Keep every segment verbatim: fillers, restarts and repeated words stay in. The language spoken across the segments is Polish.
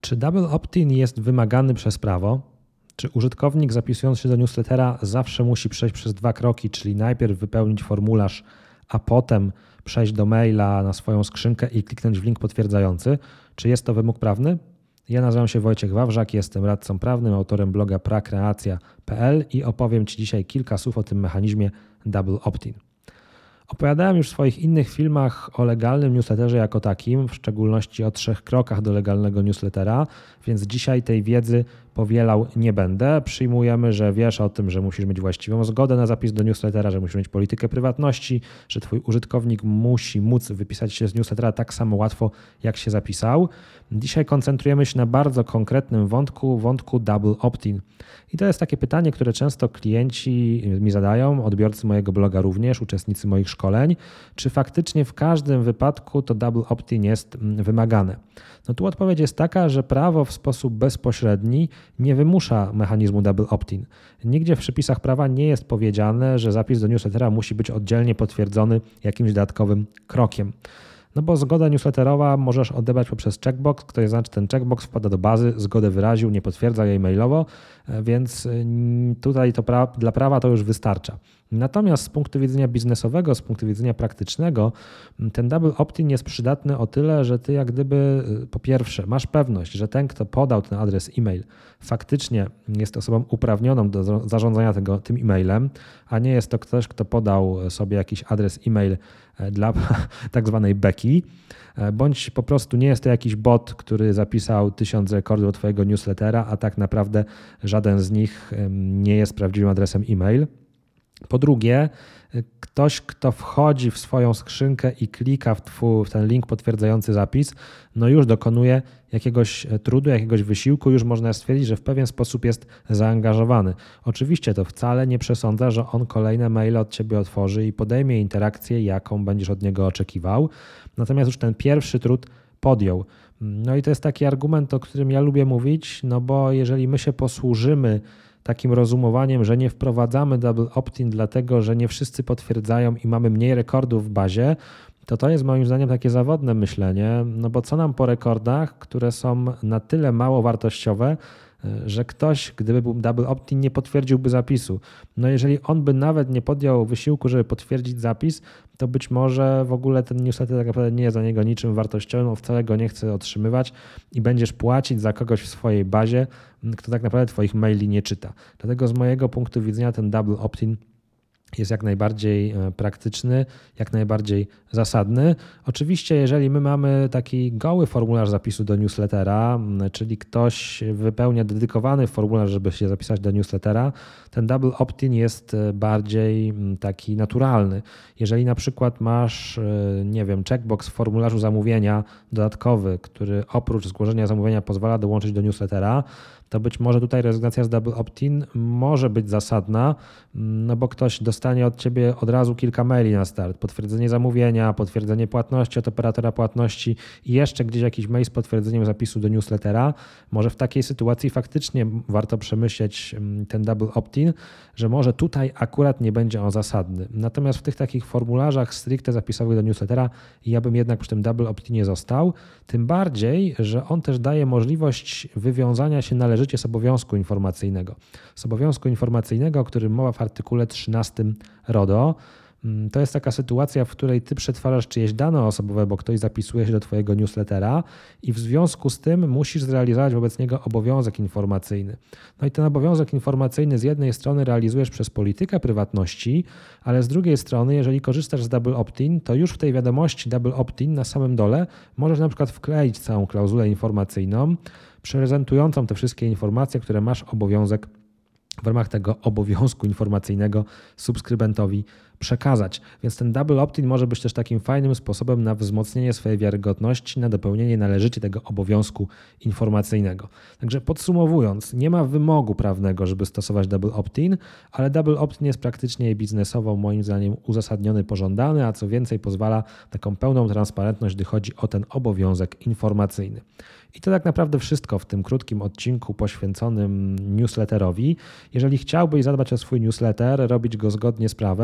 Czy double opt-in jest wymagany przez prawo? Czy użytkownik zapisując się do newslettera zawsze musi przejść przez dwa kroki, czyli najpierw wypełnić formularz, a potem przejść do maila na swoją skrzynkę i kliknąć w link potwierdzający? Czy jest to wymóg prawny? Ja nazywam się Wojciech Wawrzak, jestem radcą prawnym, autorem bloga prakreacja kropka p l i opowiem Ci dzisiaj kilka słów o tym mechanizmie double opt-in. Opowiadałem już w swoich innych filmach o legalnym newsletterze jako takim, w szczególności o trzech krokach do legalnego newslettera, więc dzisiaj tej wiedzy powielał nie będę. Przyjmujemy, że wiesz o tym, że musisz mieć właściwą zgodę na zapis do newslettera, że musisz mieć politykę prywatności, że Twój użytkownik musi móc wypisać się z newslettera tak samo łatwo, jak się zapisał. Dzisiaj koncentrujemy się na bardzo konkretnym wątku, wątku double opt-in. I to jest takie pytanie, które często klienci mi zadają, odbiorcy mojego bloga również, uczestnicy moich szkoleń, czy faktycznie w każdym wypadku to double opt-in jest wymagane. No tu odpowiedź jest taka, że prawo w sposób bezpośredni nie wymusza mechanizmu double opt-in. Nigdzie w przepisach prawa nie jest powiedziane, że zapis do newslettera musi być oddzielnie potwierdzony jakimś dodatkowym krokiem. No bo zgoda newsletterowa możesz odebrać poprzez checkbox, to znaczy ten checkbox wpada do bazy, zgodę wyraził, nie potwierdza jej mailowo, więc tutaj to pra- dla prawa to już wystarcza. Natomiast z punktu widzenia biznesowego, z punktu widzenia praktycznego, ten double opt-in jest przydatny o tyle, że ty jak gdyby po pierwsze masz pewność, że ten, kto podał ten adres e-mail, faktycznie jest osobą uprawnioną do zarządzania tego, tym e-mailem, a nie jest to ktoś, kto podał sobie jakiś adres e-mail dla tak zwanej beki, bądź po prostu nie jest to jakiś bot, który zapisał tysiąc rekordów do twojego newslettera, a tak naprawdę żaden z nich nie jest prawdziwym adresem e-mail. Po drugie, ktoś, kto wchodzi w swoją skrzynkę i klika w, twój, w ten link potwierdzający zapis, no już dokonuje jakiegoś trudu, jakiegoś wysiłku, już można stwierdzić, że w pewien sposób jest zaangażowany. Oczywiście to wcale nie przesądza, że on kolejne maile od ciebie otworzy i podejmie interakcję, jaką będziesz od niego oczekiwał. Natomiast już ten pierwszy trud podjął. No i to jest taki argument, o którym ja lubię mówić, no bo jeżeli my się posłużymy takim rozumowaniem, że nie wprowadzamy double opt-in dlatego, że nie wszyscy potwierdzają i mamy mniej rekordów w bazie, to to jest moim zdaniem takie zawodne myślenie, no bo co nam po rekordach, które są na tyle mało wartościowe, że ktoś, gdyby był double opt-in, nie potwierdziłby zapisu. No jeżeli on by nawet nie podjął wysiłku, żeby potwierdzić zapis, to być może w ogóle ten newsletter tak naprawdę nie jest dla niego niczym wartościowym, on wcale go nie chce otrzymywać i będziesz płacić za kogoś w swojej bazie, kto tak naprawdę twoich maili nie czyta. Dlatego z mojego punktu widzenia ten double opt-in jest jak najbardziej praktyczny, jak najbardziej zasadny. Oczywiście, jeżeli my mamy taki goły formularz zapisu do newslettera, czyli ktoś wypełnia dedykowany formularz, żeby się zapisać do newslettera, ten double opt-in jest bardziej taki naturalny. Jeżeli na przykład masz, nie wiem, checkbox w formularzu zamówienia dodatkowy, który oprócz zgłoszenia zamówienia pozwala dołączyć do newslettera, to być może tutaj rezygnacja z double opt-in może być zasadna, no bo ktoś dostanie od ciebie od razu kilka maili na start. Potwierdzenie zamówienia, potwierdzenie płatności od operatora płatności i jeszcze gdzieś jakiś mail z potwierdzeniem zapisu do newslettera. Może w takiej sytuacji faktycznie warto przemyśleć ten double opt-in, że może tutaj akurat nie będzie on zasadny. Natomiast w tych takich formularzach stricte zapisowych do newslettera ja bym jednak przy tym double opt-inie został, tym bardziej, że on też daje możliwość wywiązania się należycie z obowiązku informacyjnego. Z obowiązku informacyjnego, o którym mowa w artykule trzynastym RODO. To jest taka sytuacja, w której ty przetwarzasz czyjeś dane osobowe, bo ktoś zapisuje się do twojego newslettera i w związku z tym musisz zrealizować wobec niego obowiązek informacyjny. No i ten obowiązek informacyjny z jednej strony realizujesz przez politykę prywatności, ale z drugiej strony, jeżeli korzystasz z double opt-in, to już w tej wiadomości double opt-in na samym dole możesz na przykład wkleić całą klauzulę informacyjną, prezentującą te wszystkie informacje, które masz obowiązek w ramach tego obowiązku informacyjnego subskrybentowi przekazać. Więc ten double opt-in może być też takim fajnym sposobem na wzmocnienie swojej wiarygodności, na dopełnienie należycie tego obowiązku informacyjnego. Także podsumowując, nie ma wymogu prawnego, żeby stosować double opt-in, ale double opt-in jest praktycznie biznesowo moim zdaniem uzasadniony, pożądany, a co więcej pozwala taką pełną transparentność, gdy chodzi o ten obowiązek informacyjny. I to tak naprawdę wszystko w tym krótkim odcinku poświęconym newsletterowi. Jeżeli chciałbyś zadbać o swój newsletter, robić go zgodnie z prawem,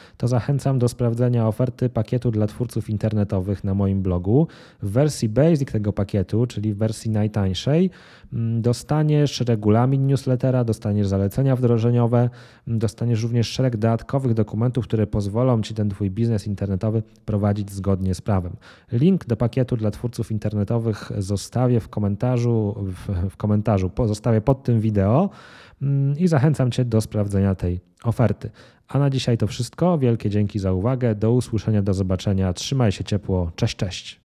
to zachęcam do sprawdzenia oferty pakietu dla twórców internetowych na moim blogu. W wersji basic tego pakietu, czyli w wersji najtańszej, dostaniesz regulamin newslettera, dostaniesz zalecenia wdrożeniowe, dostaniesz również szereg dodatkowych dokumentów, które pozwolą Ci ten Twój biznes internetowy prowadzić zgodnie z prawem. Link do pakietu dla twórców internetowych zostawię w komentarzu, w, w komentarzu pozostawię pod tym wideo i zachęcam Cię do sprawdzenia tej oferty. A na dzisiaj to wszystko. Wielkie dzięki za uwagę. Do usłyszenia, do zobaczenia. Trzymaj się ciepło. Cześć, cześć.